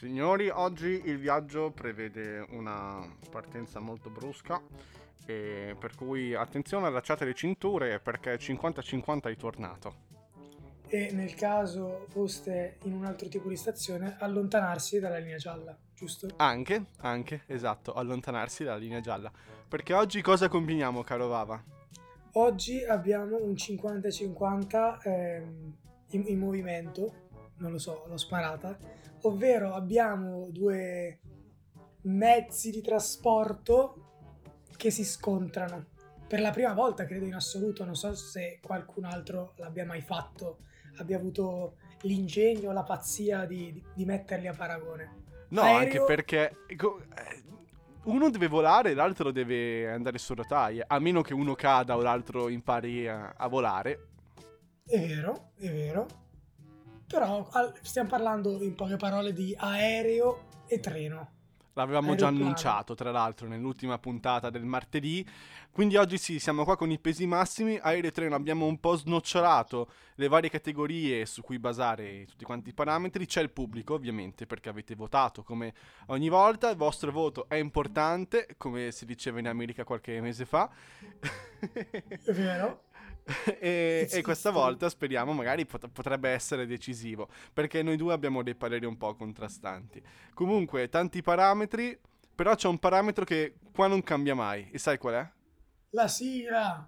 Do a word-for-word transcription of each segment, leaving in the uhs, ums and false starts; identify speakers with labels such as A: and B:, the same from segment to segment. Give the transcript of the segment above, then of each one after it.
A: Signori, oggi il viaggio prevede una partenza molto brusca, e per cui attenzione, allacciate le cinture perché cinquanta cinquanta è tornato.
B: E nel caso foste in un altro tipo di stazione, allontanarsi dalla linea gialla, giusto?
A: Anche, anche, esatto, allontanarsi dalla linea gialla. Perché oggi cosa combiniamo, caro Vava?
B: Oggi abbiamo un cinquanta cinquanta ehm, in, in movimento, non lo so, l'ho sparata, ovvero abbiamo due mezzi di trasporto che si scontrano. Per la prima volta, credo in assoluto, non so se qualcun altro l'abbia mai fatto, abbia avuto l'ingegno, la pazzia di, di, di metterli a paragone.
A: No, anche
B: Aereo,
A: perché ecco, eh, uno deve volare e l'altro deve andare su rotaie, a meno che uno cada o l'altro impari a, a volare.
B: è vero, è vero, però al- stiamo parlando in poche parole di aereo e treno,
A: L'avevamo già
B: aeroplano.
A: annunciato, tra l'altro, nell'ultima puntata del martedì. Quindi oggi sì, siamo qua con i pesi massimi. Aereo e treno abbiamo un po' snocciolato le varie categorie su cui basare tutti quanti i parametri. C'è il pubblico, ovviamente, perché avete votato come ogni volta. Il vostro voto è importante, come si diceva in America qualche mese fa.
B: È vero?
A: e,
B: It's,
A: e
B: it's
A: questa
B: true.
A: volta speriamo magari pot- potrebbe essere decisivo, perché noi due abbiamo dei pareri un po' contrastanti. Comunque, tanti parametri, però c'è un parametro che qua non cambia mai. E sai qual è?
B: La sigla!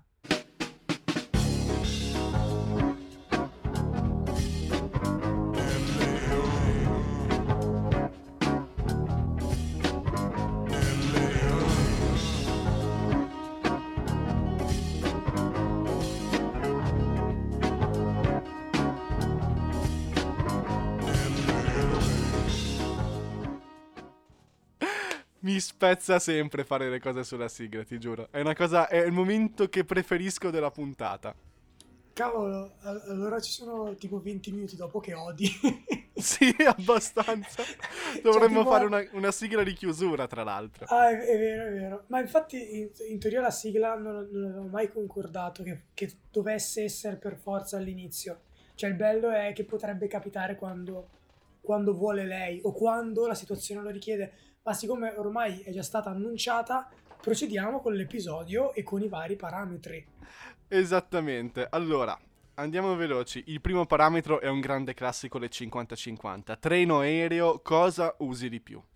A: Mi spezza sempre fare le cose sulla sigla, ti giuro. È una cosa, è il momento che preferisco della puntata.
B: Cavolo, al- allora ci sono tipo venti minuti dopo che odi.
A: Sì, abbastanza.
B: Cioè,
A: Dovremmo
B: tipo...
A: fare una, una sigla di chiusura, tra l'altro.
B: Ah, è, è vero, è vero. Ma infatti in, in teoria la sigla non, non avevo mai concordato che, che dovesse essere per forza all'inizio. Cioè il bello è che potrebbe capitare quando, quando vuole lei o quando la situazione lo richiede. Ma siccome ormai è già stata annunciata, procediamo con l'episodio e con i vari parametri.
A: Esattamente. Allora, andiamo veloci. Il primo parametro è un grande classico del cinquanta cinquanta. Treno aereo, cosa usi di più?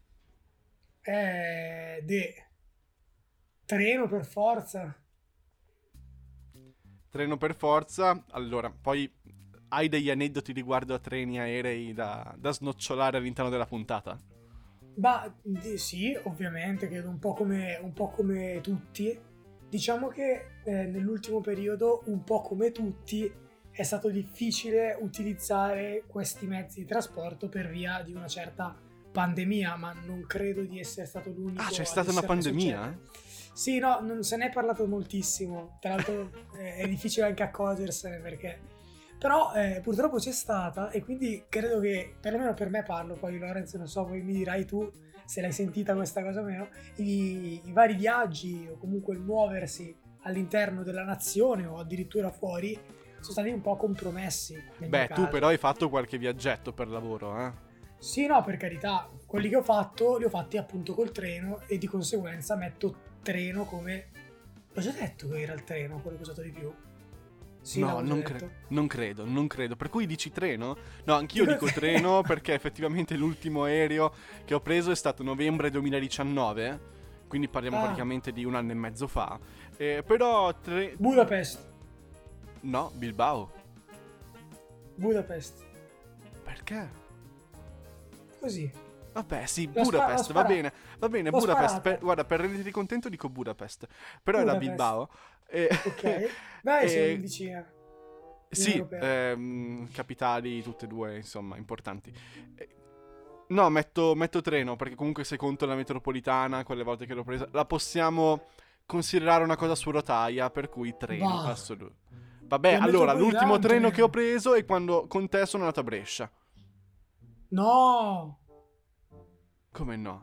B: Eh, de treno per forza.
A: Treno per forza. Allora, poi hai degli aneddoti riguardo a treni aerei da, da snocciolare all'interno della puntata?
B: Bah, di- sì, ovviamente, credo un po' come, un po' come tutti. Diciamo che eh, nell'ultimo periodo, un po' come tutti, è stato difficile utilizzare questi mezzi di trasporto per via di una certa pandemia, ma non credo di essere stato
A: Ah,
B: l'unico
A: c'è
B: ad
A: stata una
B: esserne
A: pandemia?
B: soggetto.
A: Eh?
B: Sì, no, non se ne è parlato moltissimo. Tra l'altro eh, è difficile anche accorgersene perché... Però eh, purtroppo c'è stata e quindi credo che, perlomeno per me parlo, poi Lorenzo non so, poi mi dirai tu se l'hai sentita questa cosa o meno, i, i vari viaggi o comunque il muoversi all'interno della nazione o addirittura fuori sono stati un po' compromessi nel mio
A: Beh, tu
B: caso.
A: però hai fatto qualche viaggetto per lavoro, eh?
B: Sì, no, per carità, quelli che ho fatto li ho fatti appunto col treno e di conseguenza metto treno come... L'ho già detto che era il treno quello che ho usato di più? Sì,
A: No,
B: l'avevo già
A: non,
B: detto.
A: cre- non credo, non credo. Per cui dici treno? No, anch'io
B: Dico
A: dico treno perché effettivamente l'ultimo aereo che ho preso è stato novembre duemiladiciannove, quindi parliamo
B: Ah,
A: praticamente di un anno e mezzo fa. Eh, però tre...
B: Budapest.
A: No, Bilbao.
B: Budapest.
A: Perché?
B: Così.
A: Vabbè, sì,
B: L'ho, spa- l'ho
A: Budapest, va
B: sparata.
A: bene, va bene,
B: L'ho
A: Budapest.
B: sparata.
A: Per- guarda, per renderti contento dico Budapest, però era
B: Budapest.
A: Bilbao. E,
B: Ok. Beh, siamo in
A: e-
B: vicina. Unione
A: sì,
B: Europea.
A: ehm, capitali tutte e due, insomma, importanti. Eh, No, metto, metto treno, perché comunque se conto la metropolitana, quelle volte che l'ho presa, la possiamo considerare una cosa su rotaia, per cui treno,
B: Bah.
A: assoluto. Vabbè,
B: La
A: allora,
B: metropolitana
A: l'ultimo
B: un
A: treno che ho
B: treno.
A: preso è quando con te sono andato a Brescia.
B: No.
A: Come no?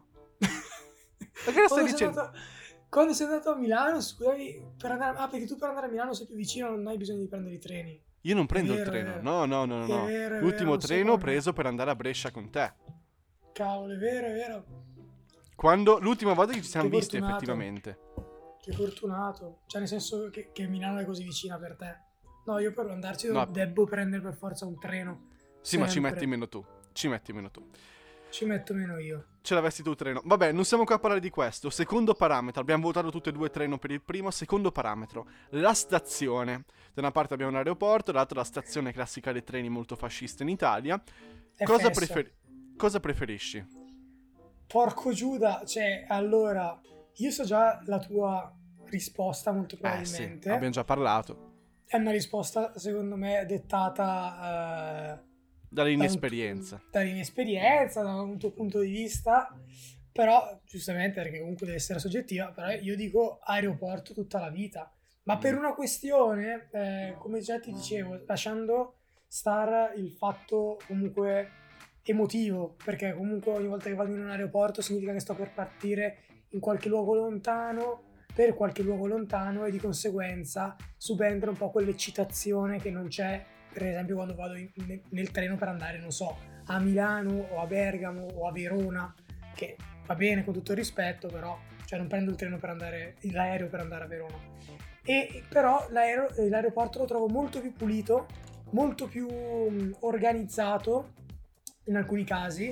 A: Ma che stai
B: quando, sei
A: dicendo?
B: andato, quando sei andato a Milano, scusami, per andare, ah, perché tu per andare a Milano sei più vicino, non hai bisogno di prendere i treni.
A: Io non
B: È
A: prendo il
B: vero, è
A: treno,
B: vero.
A: no, no, no, no,
B: È
A: no.
B: vero, è vero,
A: L'ultimo
B: un
A: treno ho
B: secondo.
A: preso per andare a Brescia con te.
B: cavolo, è vero, è vero.
A: Quando l'ultima volta che ci siamo
B: Che
A: visti
B: fortunato.
A: effettivamente.
B: Che fortunato. Cioè, nel senso che, che Milano è così vicina per te. No, io per andarci
A: No.
B: devo prendere per forza un treno.
A: Sì, ma ci
B: Sempre.
A: metti meno tu. Ci metti meno tu.
B: Ci metto meno io.
A: Ce l'avessi tu treno. Vabbè, non siamo qua a parlare di questo. Secondo parametro, abbiamo votato tutte e due treno per il primo. Secondo parametro, la stazione. Da una parte abbiamo un aeroporto, dall'altra la stazione classica dei treni molto fascista in Italia. Cosa,
B: F S.
A: preferi- cosa preferisci?
B: Porco Giuda, cioè, allora, io so già la tua risposta molto
A: Eh sì,
B: probabilmente.
A: abbiamo già parlato.
B: È una risposta, secondo me, dettata... Eh,
A: Dall'inesperienza.
B: Da dall'inesperienza, da un tuo punto di vista, però giustamente perché comunque deve essere soggettiva, però io dico aeroporto tutta la vita, ma
A: Mm.
B: per una questione, eh, come già ti dicevo, lasciando star il fatto comunque emotivo, perché comunque ogni volta che vado in un aeroporto significa che sto per partire in qualche luogo lontano, per qualche luogo lontano, e di conseguenza subentra un po' quell'eccitazione che non c'è per esempio quando vado in, nel, nel treno per andare, non so, a Milano o a Bergamo o a Verona, che va bene con tutto il rispetto, però cioè non prendo il treno per andare, l'aereo per andare a Verona. E però l'aereo, l'aeroporto lo trovo molto più pulito, molto più mh, organizzato in alcuni casi,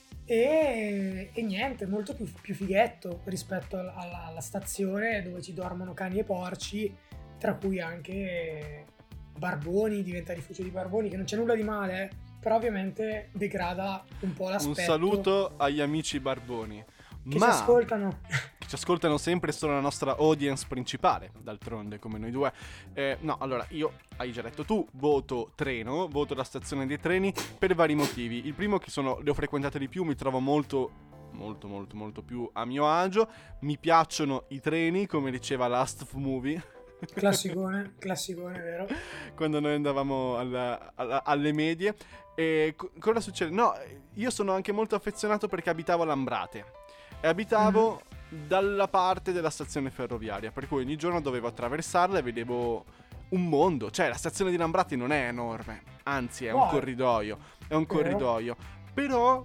B: e, e niente, molto più, più fighetto rispetto alla, alla stazione dove ci dormono cani e porci, tra cui anche barboni, diventa rifugio di barboni, che non c'è nulla di male, eh, però ovviamente degrada un po' l'aspetto.
A: Un saluto agli amici barboni.
B: Che
A: Ma
B: ci ascoltano.
A: Che ci ascoltano sempre, sono la nostra audience principale, d'altronde, come noi due. Eh, no, allora, io, hai già detto tu, voto treno, voto la stazione dei treni per vari motivi. Il primo, che sono, le ho frequentate di più, mi trovo molto... molto molto molto più a mio agio. Mi piacciono i treni, come diceva Last of Movie.
B: Classicone, classicone, vero?
A: Quando noi andavamo alla, alla, alle medie. E co- cosa succede? No, io sono anche molto affezionato perché abitavo a Lambrate e abitavo mm. dalla parte della stazione ferroviaria, per cui ogni giorno dovevo attraversarla e vedevo un mondo. Cioè, la stazione di Lambrate non è enorme, anzi è
B: Wow.
A: un corridoio, è un
B: Vero.
A: corridoio. Però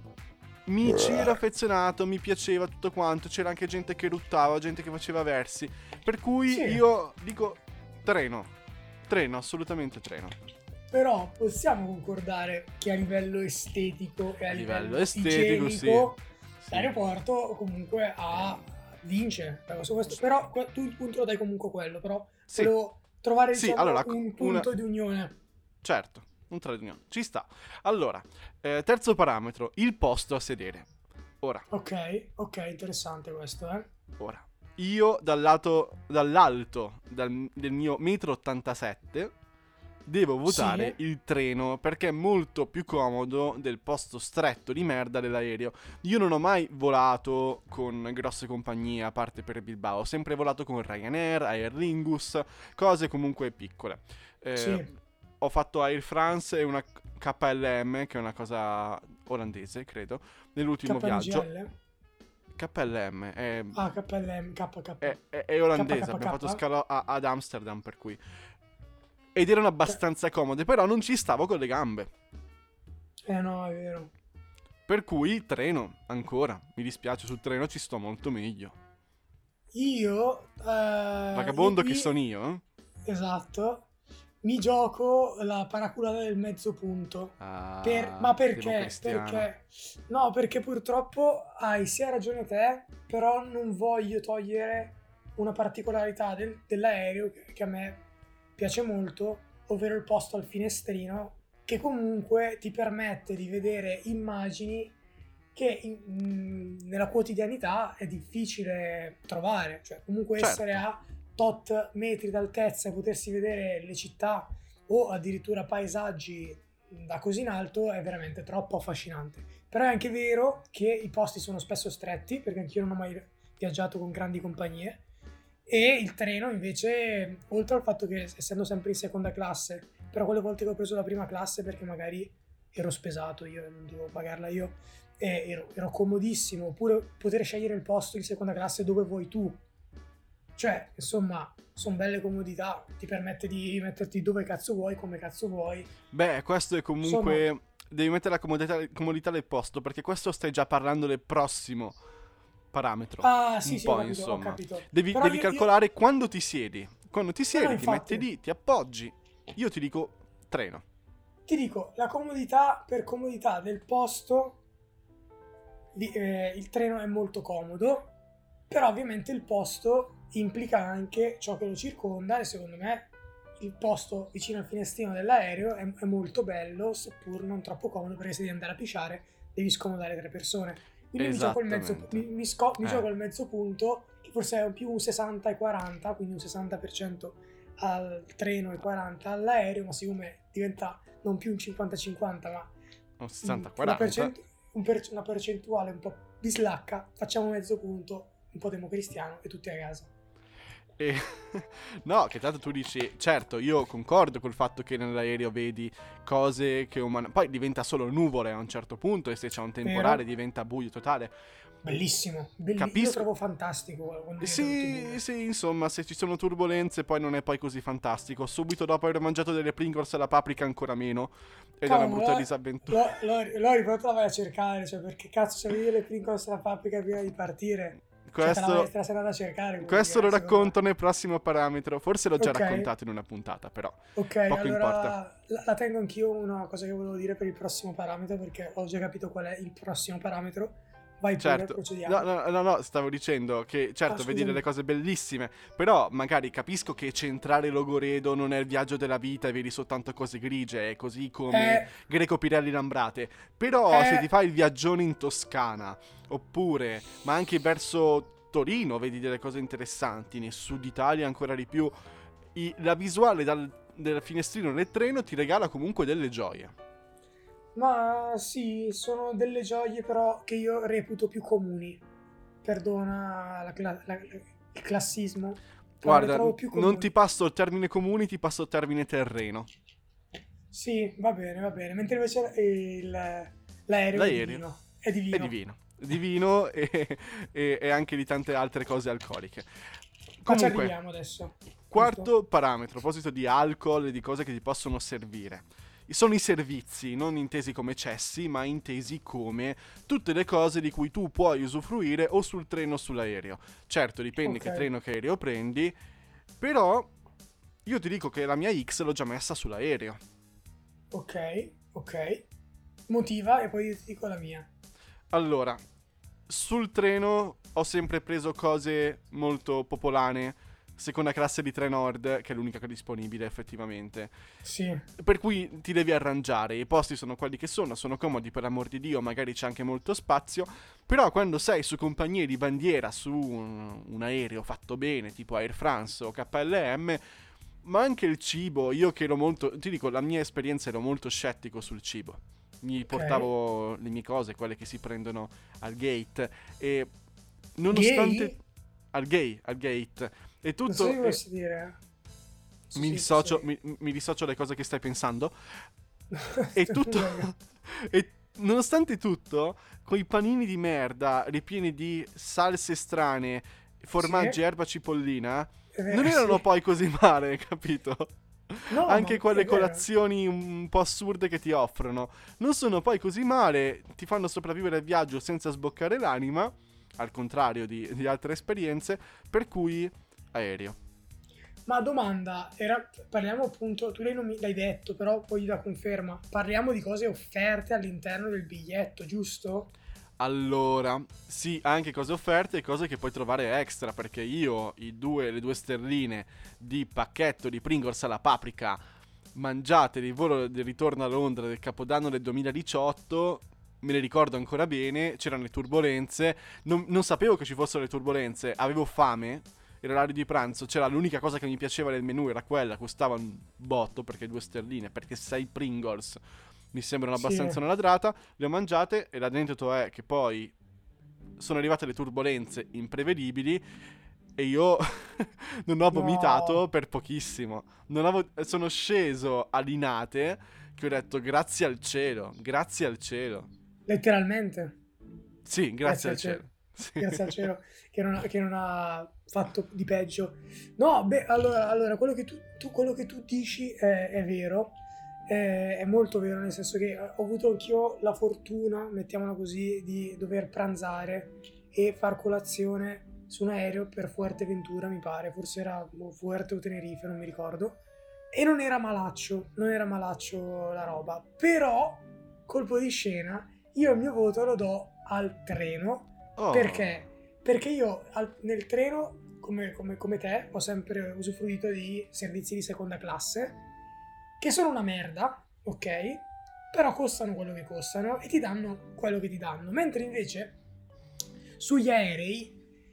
A: mi ci ero affezionato, mi piaceva tutto quanto, c'era anche gente che ruttava, gente che faceva versi, per cui
B: Sì.
A: io dico treno, treno, assolutamente treno.
B: Però possiamo concordare che a livello estetico e a,
A: A
B: livello,
A: livello estetico,
B: igienico,
A: sì.
B: l'aeroporto comunque ha vince. Su questo. Però tu il punto lo dai comunque quello, però
A: Sì.
B: volevo trovare
A: Sì,
B: diciamo,
A: allora,
B: un punto
A: una-
B: di unione.
A: Certo, un trade union, ci sta. Allora, eh, terzo parametro, il posto a sedere. Ora,
B: Ok, ok, interessante questo, eh.
A: ora, io dal lato, dall'alto dal- del mio metro ottantasette devo votare
B: Sì.
A: il treno perché è molto più comodo del posto stretto di merda dell'aereo. Io non ho mai volato con grosse compagnie a parte per Bilbao, ho sempre volato con Ryanair, Aer Lingus, cose comunque piccole. Eh,
B: Sì.
A: Ho fatto Air France e una K L M, che è una cosa olandese, credo, nell'ultimo viaggio.
B: K N G L?
A: K L M è,
B: Ah, K L M, K K.
A: è, è- è olandese,
B: K K K.
A: abbiamo fatto scalo a- ad Amsterdam, per cui... Ed erano abbastanza comode, però non ci stavo con le gambe.
B: Eh no, è vero.
A: Per cui treno, ancora. Mi dispiace, sul treno ci sto molto meglio.
B: Io... Eh,
A: Vagabondo
B: io qui-
A: che sono io, eh?
B: Esatto. Mi gioco la paraculata del mezzo punto.
A: Ah,
B: Per- ma perché?
A: democristiano.
B: Perché? No, perché purtroppo hai sia ragione te, però non voglio togliere una particolarità del- dell'aereo che, che a me piace molto, ovvero il posto al finestrino, che comunque ti permette di vedere immagini che in- mh, nella quotidianità è difficile trovare, cioè comunque
A: Certo.
B: essere a tot metri d'altezza e potersi vedere le città o addirittura paesaggi da così in alto è veramente troppo affascinante. Però è anche vero che i posti sono spesso stretti, perché anch'io non ho mai viaggiato con grandi compagnie, e il treno invece, oltre al fatto che essendo sempre in seconda classe, però quelle volte che ho preso la prima classe perché magari ero spesato io e non dovevo pagarla io, e ero, ero comodissimo, oppure poter scegliere il posto in seconda classe dove vuoi tu. Cioè, insomma, sono belle comodità, ti permette di metterti dove cazzo vuoi, come cazzo vuoi.
A: Beh, questo è comunque devi mettere la comodità, comodità del posto, perché questo stai già parlando del prossimo parametro.
B: Ah, sì,
A: Un
B: sì, ho
A: po',
B: capito, ho
A: insomma.
B: capito.
A: Devi,
B: Però
A: devi
B: io, io...
A: calcolare quando ti siedi. Quando ti
B: No, no,
A: siedi, ti metti
B: infatti,
A: lì, ti appoggi. Io ti dico treno.
B: ti dico, la comodità per comodità del posto, di- eh, il treno è molto comodo, però ovviamente il posto implica anche ciò che lo circonda e secondo me il posto vicino al finestrino dell'aereo è, è molto bello, seppur non troppo comodo, perché se devi andare a pisciare devi scomodare tre persone. Quindi mi gioco il mezzo,
A: Esattamente.
B: mi, mi sco- mi
A: Eh.
B: gioco il mezzo punto, che forse è più un sessanta e quaranta, quindi un sessanta per cento al treno e quaranta all'aereo, ma siccome diventa non più un cinquanta cinquanta, ma
A: Un
B: un-
A: sessanta
B: una,
A: quaranta.
B: percent- un per- una percentuale un po' bislacca, facciamo mezzo punto, un po' democristiano e tutti a casa.
A: E... no, che tanto tu dici, certo, io concordo col fatto che nell'aereo vedi cose che umane... Poi diventa solo nuvole a un certo punto e se c'è un temporale
B: Vero?
A: diventa buio totale.
B: Bellissimo, belli- io lo
A: Capisco.
B: trovo fantastico quando diventa tutto
A: Sì,
B: buio.
A: sì, insomma, se ci sono turbulenze poi non è poi così fantastico. Subito dopo aver mangiato delle Pringles alla paprika ancora meno. Ed è una
B: Cavolo,
A: brutta
B: l'ho,
A: disavventura.
B: l'ho, l'ho, l'ho riportato, la vai a cercare, cioè perché cazzo se vedi le Pringles alla paprika prima di partire, cioè te la, vai,
A: Questo,
B: te la sei andata a cercare, vuol
A: questo
B: dire,
A: lo
B: eh, secondo
A: racconto
B: me.
A: nel prossimo parametro. Forse l'ho già
B: Ok,
A: raccontato in una puntata, però
B: ok,
A: poco importa.
B: allora la, la tengo anch'io una cosa che volevo dire per il prossimo parametro, perché ho già capito qual è il prossimo parametro. Vai pure,
A: Certo,
B: procediamo.
A: no, no, no, no, stavo dicendo che certo
B: Ah,
A: vedi
B: scusami.
A: delle cose bellissime, però magari capisco che centrale Logoredo non è il viaggio della vita e vedi soltanto cose grigie, è così come
B: Eh,
A: Greco Pirelli Lambrate, però se ti
B: eh,
A: fai il viaggione in Toscana, oppure, ma anche verso Torino vedi delle cose interessanti, nel sud Italia ancora di più, i- la visuale dal, del finestrino del treno ti regala comunque delle gioie.
B: ma sì, sono delle gioie però che io reputo più comuni. Perdona la cla- la- il classismo, però le
A: Guarda,
B: trovo
A: n-
B: più
A: non ti
B: comuni.
A: passo il termine comuni, ti passo il termine terreno.
B: Sì, va bene, va bene. Mentre invece il- l'aereo è
A: L'aereo
B: divino. È
A: è
B: divino.
A: divino, divino e, e- e anche di tante altre cose alcoliche.
B: Ma ci
A: Comunque,
B: arriviamo adesso, giusto?
A: quarto parametro, a proposito di alcol e di cose che ti possono servire. Sono i servizi, non intesi come cessi, ma intesi come tutte le cose di cui tu puoi usufruire o sul treno o sull'aereo. Certo, dipende che
B: Ok,
A: treno che aereo prendi, però io ti dico che la mia X l'ho già messa sull'aereo.
B: ok, ok. Motiva e poi io ti dico la mia.
A: Allora, sul treno ho sempre preso cose molto popolane, seconda classe di Trenord, che è l'unica che è disponibile effettivamente.
B: Sì,
A: Per cui ti devi arrangiare, i posti sono quelli che sono, sono comodi per l'amor di Dio, magari c'è anche molto spazio, però quando sei su compagnie di bandiera, su un, un aereo fatto bene, tipo Air France o K L M, ma anche il cibo, io che ero molto, ti dico, la mia esperienza ero molto scettico sul cibo. Mi
B: ok.
A: portavo le mie cose, quelle che si prendono al gate, e nonostante...
B: Gay?
A: al gay, al gate, e
B: Non so se
A: tutto... e-
B: posso dire. eh. Sì,
A: mi
B: sì, posso
A: dissocio,
B: dire.
A: mi, mi dissocio dalle cose che stai pensando. E tutto.
B: Prego.
A: E nonostante tutto, quei panini di merda ripieni di salse strane,
B: Sì,
A: formaggi, erba cipollina,
B: è
A: non
B: vero,
A: erano
B: sì.
A: poi così male, capito?
B: No,
A: Anche
B: ma è
A: quelle
B: vero.
A: colazioni un po' assurde che ti offrono non sono poi così male, ti fanno sopravvivere il viaggio senza sboccare l'anima, al contrario di, di altre esperienze, per cui aereo.
B: Ma domanda, era, parliamo appunto, tu lei non mi l'hai detto, però poi da conferma, parliamo di cose offerte all'interno del biglietto, giusto?
A: Allora, sì, anche cose offerte e cose che puoi trovare extra, perché io i due, le due sterline di pacchetto di Pringles alla paprika mangiate di volo del ritorno a Londra del Capodanno del duemiladiciotto, me le ricordo ancora bene, c'erano le turbolenze, non, non sapevo che ci fossero le turbolenze, avevo fame, era l'orario di pranzo, c'era l'unica cosa che mi piaceva del menù, era quella, costava un botto perché due sterline, perché sei Pringles mi sembrano
B: Sì.
A: abbastanza una ladrata, le ho mangiate e l'aneddoto è che poi sono arrivate le turbolenze imprevedibili e io non ho
B: No,
A: vomitato per pochissimo. Non avevo- sono sceso a Linate che ho detto grazie al cielo, grazie al cielo.
B: letteralmente.
A: Sì, grazie
B: Grazie
A: al
B: al
A: cielo.
B: cielo.
A: Sì.
B: Grazie al cielo che non ha, che non ha fatto di peggio. No, beh, allora, allora quello che tu, tu- quello che tu dici è, è vero. eh, è molto vero, nel senso che ho avuto anch'io la fortuna, mettiamola così, di dover pranzare e far colazione su un aereo per Fuerteventura, mi pare, forse era Fuerte o Tenerife, non mi ricordo, e non era malaccio, non era malaccio la roba, però, colpo di scena, io il mio voto lo do al treno,
A: Oh.
B: perché? Perché io al, nel treno, come, come, come te, ho sempre usufruito di servizi di seconda classe, che sono una merda, ok? Però costano quello che costano e ti danno quello che ti danno, mentre invece sugli aerei,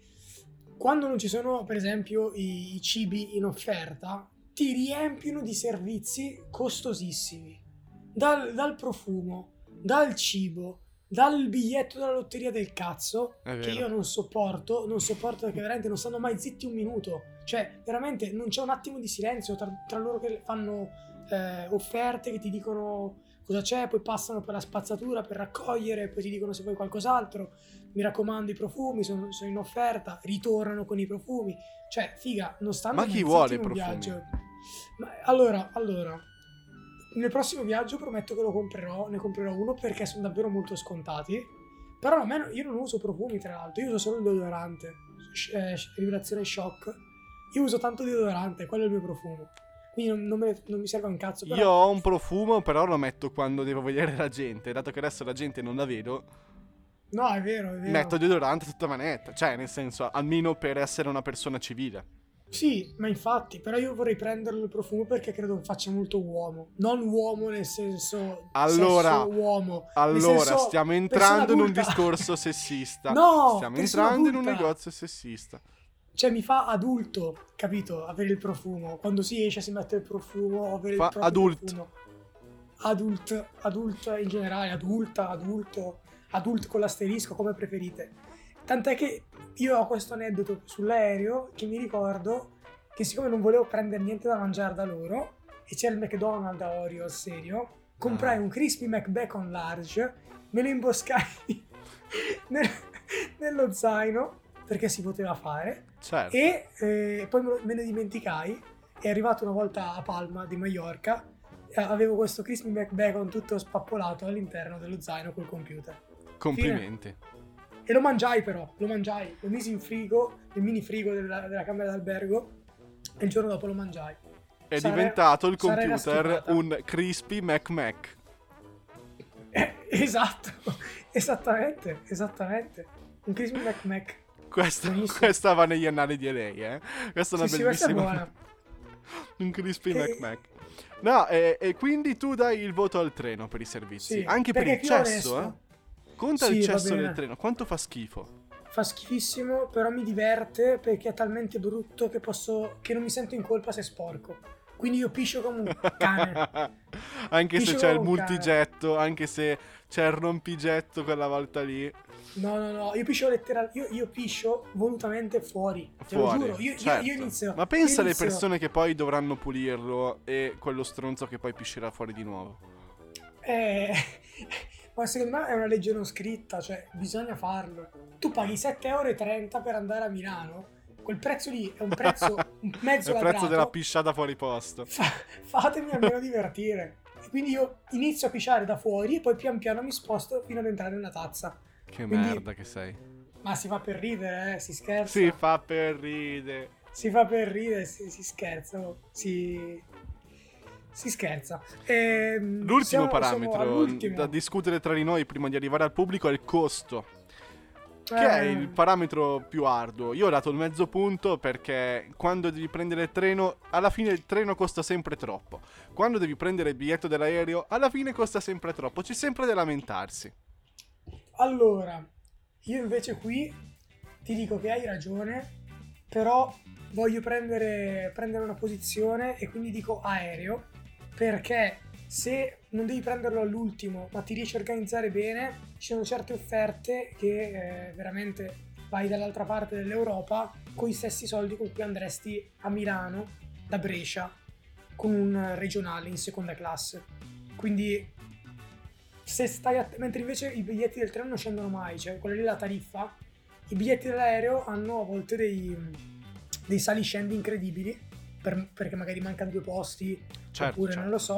B: quando non ci sono per esempio i, i cibi in offerta, ti riempiono di servizi costosissimi, dal, dal profumo, dal cibo, dal biglietto della lotteria del cazzo,
A: È
B: che
A: vero.
B: io non sopporto, non sopporto perché veramente non stanno mai zitti un minuto, cioè veramente non c'è un attimo di silenzio tra, tra loro che fanno eh, offerte, che ti dicono cosa c'è, poi passano per la spazzatura per raccogliere, poi ti dicono se vuoi qualcos'altro, mi raccomando i profumi sono, sono in offerta, ritornano con i profumi, cioè figa, non stanno
A: Ma
B: mai
A: chi
B: zitti
A: vuole
B: in
A: i
B: un
A: profumi?
B: viaggio. Ma allora, allora, nel prossimo viaggio prometto che lo comprerò, ne comprerò uno perché sono davvero molto scontati, però a me, io non uso profumi tra l'altro, io uso solo il deodorante, eh, rivelazione shock, io uso tanto deodorante, quello è il mio profumo, quindi non, non, me, non mi serve un cazzo, però...
A: Io ho un profumo, però lo metto quando devo vedere la gente. Dato che adesso la gente non la vedo,
B: No, è vero, è vero.
A: metto deodorante tutta manetta. Cioè, nel senso, almeno per essere una persona civile.
B: Sì, ma infatti, però io vorrei prenderlo il profumo perché credo che faccia molto uomo. Non uomo nel senso
A: Allora,
B: sesso uomo.
A: allora
B: nel senso
A: stiamo
B: persona
A: entrando in un
B: adulta.
A: discorso sessista.
B: No,
A: Stiamo
B: persona
A: entrando in un
B: adulta.
A: negozio sessista.
B: Cioè mi fa adulto, capito? Avere il profumo. Quando si esce si mette il profumo, avere
A: Fa
B: il proprio
A: adult.
B: profumo. Adult, adult in generale, adulta, adulto, adult con l'asterisco, come preferite. Tant'è che io ho questo aneddoto sull'aereo che mi ricordo che siccome non volevo prendere niente da mangiare da loro e c'era il McDonald's da Oreo al serio, comprai
A: Ah.
B: un Crispy McBacon large, me lo imboscai nel- nello zaino perché si poteva fare
A: Certo.
B: e eh, poi me, lo- me ne dimenticai. È arrivato una volta a Palma di Mallorca, eh, avevo questo Crispy McBacon tutto spappolato all'interno dello zaino col computer.
A: Complimenti.
B: E lo mangiai però, lo mangiai, lo misi in frigo, nel mini frigo della, della camera d'albergo e il giorno dopo lo mangiai.
A: È
B: Sarei-
A: diventato il
B: sarei una
A: computer
B: schifata.
A: un Crispy Mac Mac.
B: Eh, esatto, esattamente, esattamente. Un Crispy Mac Mac.
A: Questa,
B: Buonissimo.
A: questa va negli annali di lei, eh. Questa è una
B: Sì, sì, questa è
A: bellissima.
B: buona.
A: Un Crispy
B: E-
A: Mac Mac. No, e, e quindi tu dai il voto al treno per i servizi.
B: Sì,
A: Anche per
B: perché
A: il
B: qui è
A: cesso,
B: onesto.
A: eh. Conta
B: Sì,
A: il
B: va
A: cesso
B: bene.
A: del treno, quanto fa schifo.
B: Fa schifissimo, però mi diverte perché è talmente brutto che posso che non mi sento in colpa se sporco. Quindi io piscio come un cane.
A: Anche se
B: Piscio
A: c'è il
B: come un cane.
A: multigetto, anche se c'è il rompigetto quella volta lì.
B: No, no, no, io piscio letteralmente, io, io piscio volutamente fuori, te
A: Fuori,
B: lo giuro, io, io-
A: certo.
B: io inizio.
A: Ma pensa
B: io
A: alle
B: inizio-
A: persone che poi dovranno pulirlo e quello stronzo che poi piscerà fuori di nuovo.
B: Eh, ma secondo me è una legge non scritta, cioè bisogna farlo. Tu paghi sette euro e trenta per andare a Milano, quel prezzo lì è un prezzo, un mezzo
A: È il prezzo
B: quadrato.
A: della pisciata fuori posto.
B: Fa- fatemi almeno divertire. E quindi io inizio a pisciare da fuori e poi pian piano mi sposto fino ad entrare nella tazza.
A: Che
B: Quindi-
A: merda che sei.
B: Ma si fa per ridere, eh, si scherza.
A: Si fa per ridere.
B: Si fa per ridere, si, si scherza, oh, si, si scherza. Ehm,
A: L'ultimo
B: siamo- siamo
A: parametro
B: all'ultimo.
A: da discutere tra di noi prima di arrivare al pubblico è il costo, che
B: Eh,
A: è il parametro più arduo. Io ho dato il mezzo punto perché quando devi prendere il treno, alla fine il treno costa sempre troppo. Quando devi prendere il biglietto dell'aereo, alla fine costa sempre troppo. C'è sempre da lamentarsi.
B: Allora, io invece qui ti dico che hai ragione, però voglio prendere, prendere una posizione e quindi dico aereo, perché se non devi prenderlo all'ultimo, ma ti riesci a organizzare bene, ci sono certe offerte che eh, veramente vai dall'altra parte dell'Europa con i stessi soldi con cui andresti a Milano da Brescia con un regionale in seconda classe. Quindi se stai att- mentre invece i biglietti del treno non scendono mai, cioè quella lì è la tariffa, i biglietti dell'aereo hanno a volte dei, dei saliscendi incredibili per- perché magari mancano due posti
A: Certo,
B: oppure
A: certo.
B: non lo so,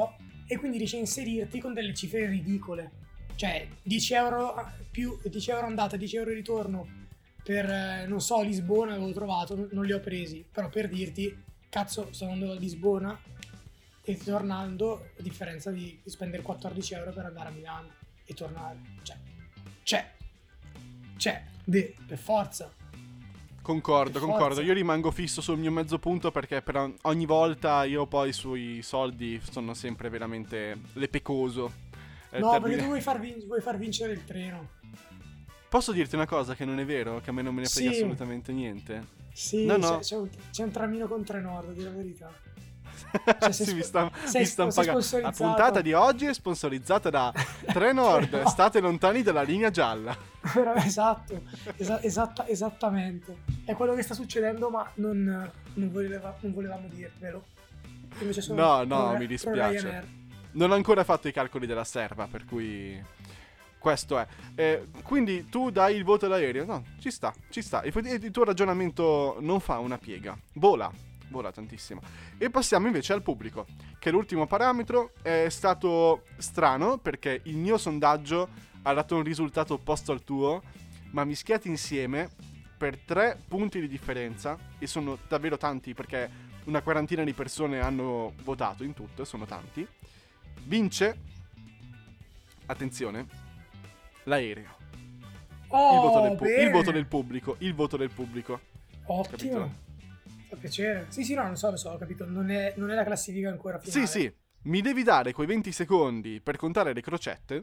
B: e quindi riesci a inserirti con delle cifre ridicole. Cioè dieci euro più dieci euro andata, dieci euro ritorno per, eh, non so, Lisbona avevo trovato, non li ho presi, però per dirti, cazzo, sto andando a Lisbona e tornando, a differenza di spendere quattordici euro per andare a Milano e tornare. Cioè, c'è, c'è, de, per forza.
A: Concordo,
B: Per
A: concordo.
B: forza.
A: Io rimango fisso sul mio mezzo punto perché per ogni volta io poi sui soldi sono sempre veramente lepecoso. È il
B: No,
A: termine.
B: perché tu vuoi far, vin- vuoi far vincere il treno.
A: Posso dirti una cosa che non è vero? Che a me non me ne frega
B: Sì.
A: assolutamente niente?
B: Sì,
A: No,
B: c'è,
A: no.
B: c'è un, c'è un tramino con Trenord, di la verità.
A: Cioè,
B: sei
A: sì, mi
B: spo-
A: stanno
B: sei-
A: stan
B: sei
A: pagando. La
B: sponsorizzato.
A: puntata di oggi è sponsorizzata da Trenord.
B: Trenord.
A: State lontani dalla linea gialla.
B: Però, esatto, esa- esatta- esattamente. È quello che sta succedendo, ma non, non, voleva- non volevamo dirvelo. Invece sono
A: No, no,
B: pro-
A: mi
B: pro
A: dispiace.
B: Ryanair.
A: Non ho ancora fatto i calcoli della serva, per cui questo è. Eh, quindi tu dai il voto all'aereo? No, ci sta, ci sta. Il, il tuo ragionamento non fa una piega. Vola, vola tantissimo. E passiamo invece al pubblico, che l'ultimo parametro è stato strano, perché il mio sondaggio ha dato un risultato opposto al tuo, ma mischiati insieme per tre punti di differenza, e sono davvero tanti perché una quarantina di persone hanno votato in tutto, sono tanti. Vince, attenzione, l'aereo.
B: Oh,
A: il, voto del pu-
B: bene.
A: il voto del pubblico, il voto del pubblico.
B: Ottimo.
A: Capito?
B: Fa piacere. Sì, sì, no, non so, lo so, ho capito. Non è, non è la classifica ancora finale.
A: Sì, sì, mi devi dare quei venti secondi per contare le crocette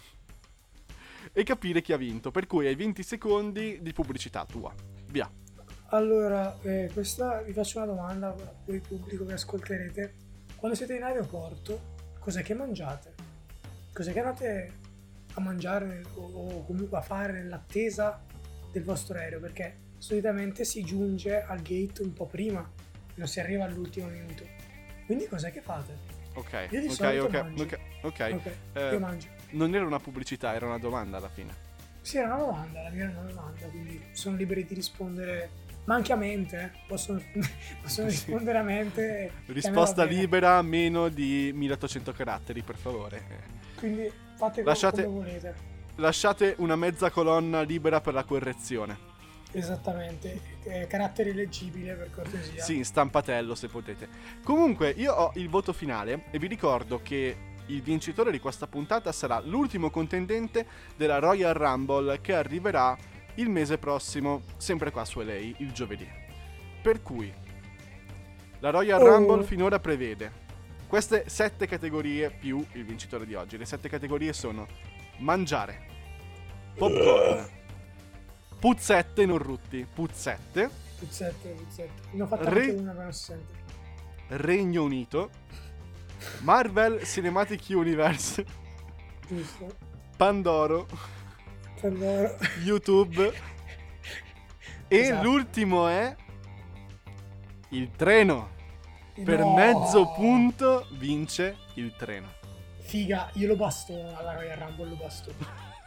A: e capire chi ha vinto, per cui hai venti secondi di pubblicità tua. Via.
B: Allora, eh, questa vi faccio una domanda a voi pubblico che ascolterete. Quando siete in aeroporto, cos'è che mangiate? Cos'è che andate a mangiare o, o comunque a fare nell'attesa del vostro aereo? Perché solitamente si giunge al gate un po' prima, non si arriva all'ultimo minuto. Quindi cos'è che fate?
A: Ok,
B: Io di
A: ok,
B: solito
A: ok,
B: mangio.
A: ok, ok.
B: Ok,
A: Eh,
B: io mangio.
A: non era una pubblicità, era una domanda alla fine.
B: Sì, era una domanda, la mia era una domanda, quindi sono liberi di rispondere, ma anche a mente, eh. possono, possono
A: Sì.
B: rispondere a mente. e- che a me
A: Risposta
B: va bene.
A: libera, meno di milleottocento caratteri, per favore.
B: Quindi fate co-
A: Lasciate-
B: come volete.
A: Lasciate una mezza colonna libera per la correzione.
B: Esattamente, eh, carattere leggibile per cortesia.
A: Sì, in stampatello se potete. Comunque, io ho il voto finale e vi ricordo che il vincitore di questa puntata sarà l'ultimo contendente della Royal Rumble che arriverà il mese prossimo, sempre qua su L A, il giovedì. Per cui la Royal
B: Oh.
A: Rumble finora prevede queste sette categorie più il vincitore di oggi. Le sette categorie sono mangiare, popcorn, puzzette non rutti, puzzette,
B: Puzzette, puzzette. Ne ho fatta
A: Re-
B: anche una, ma non si sente.
A: Regno Unito, Marvel Cinematic Universe,
B: Giusto.
A: Pandoro,
B: Pandoro.
A: YouTube e
B: Esatto.
A: l'ultimo è il treno. Per
B: No.
A: mezzo punto vince il treno.
B: Figa, io lo bastono alla Royal Rumble, lo bastono.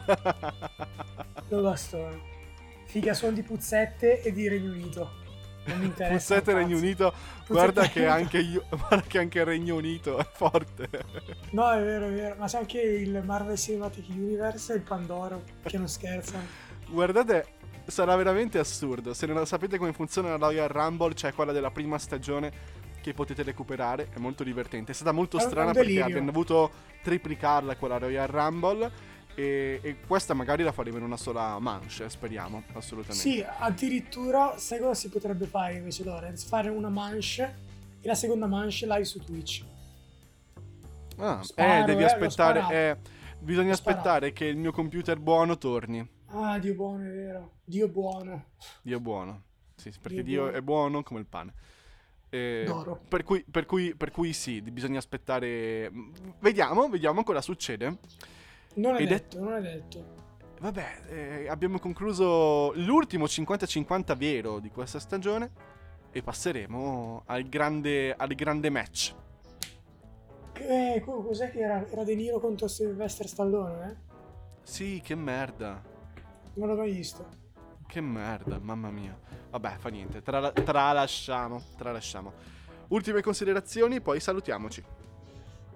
B: Lo bastono. Figa, sono di puzzette e di Regno Unito. Non mi interessa.
A: Puzzette
B: un
A: Regno
B: cazzo.
A: Unito,
B: Puzzette
A: guarda
B: Regno
A: che,
B: Unito.
A: anche io, guarda che anche il Regno Unito è forte.
B: No, è vero, è vero. Ma c'è anche il Marvel Cinematic Universe e il Pandoro, che non scherzano.
A: Guardate, sarà veramente assurdo. Se non sapete come funziona la Royal Rumble, c'è quella della prima stagione che potete recuperare, è molto divertente. È stata molto
B: È un-
A: strana
B: è un
A: perché
B: delirio.
A: abbiamo dovuto triplicarla quella Royal Rumble e, e questa magari la faremo in una sola manche, speriamo, assolutamente.
B: Sì, addirittura, sai cosa si potrebbe fare invece, Lorenz? Fare una manche e la seconda manche live su Twitch.
A: Ah,
B: Sparo,
A: eh, devi
B: eh, l'ho
A: aspettare,
B: sparato.
A: eh, bisogna
B: L'ho sparato.
A: aspettare che il mio computer buono torni.
B: Ah, Dio buono, è vero. Dio buono.
A: Dio buono. Sì, perché
B: Dio
A: Dio
B: buono.
A: è buono come il pane. Eh,
B: D'oro.
A: per, cui, per, cui, per cui sì, bisogna aspettare. Vediamo, vediamo cosa succede.
B: Non è
A: Ed è-
B: detto, non è detto.
A: Vabbè, eh, abbiamo concluso l'ultimo cinquanta cinquanta vero di questa stagione e passeremo al grande, al grande match.
B: Eh, co- cos'è che era? Era De Niro contro Sylvester Stallone, eh?
A: Sì, che merda.
B: Non l'ho mai visto.
A: Che merda, mamma mia. Vabbè, fa niente, tra- tralasciamo, tralasciamo. Ultime considerazioni, poi salutiamoci.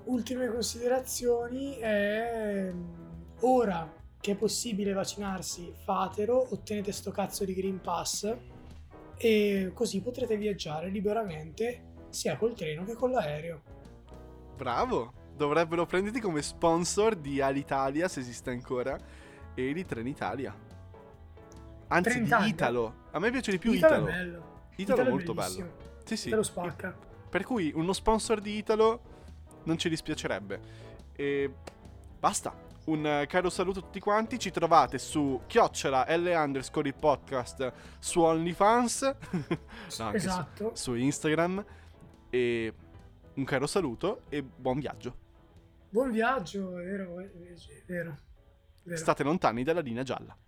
B: ultime considerazioni è ora che è possibile vaccinarsi, fatelo, ottenete sto cazzo di Green Pass e così potrete viaggiare liberamente sia col treno che con l'aereo.
A: Bravo! Dovrebbero prenderti come sponsor di Alitalia, se esiste ancora, e di Trenitalia. Anzi,
B: Trenitalia?
A: di Italo. A me piace di più
B: Italo.
A: Italo.
B: È bello.
A: Italo,
B: Italo
A: è molto
B: bellissimo.
A: bello. Sì, sì.
B: Italo spacca.
A: Per cui uno sponsor di Italo non ci dispiacerebbe. E basta. Un caro saluto a tutti quanti. Ci trovate su chiocciola L underscore il podcast su OnlyFans. No, anche
B: Esatto.
A: su, su Instagram. E un caro saluto e buon viaggio.
B: Buon viaggio, è vero, è vero, è vero.
A: State lontani dalla linea gialla.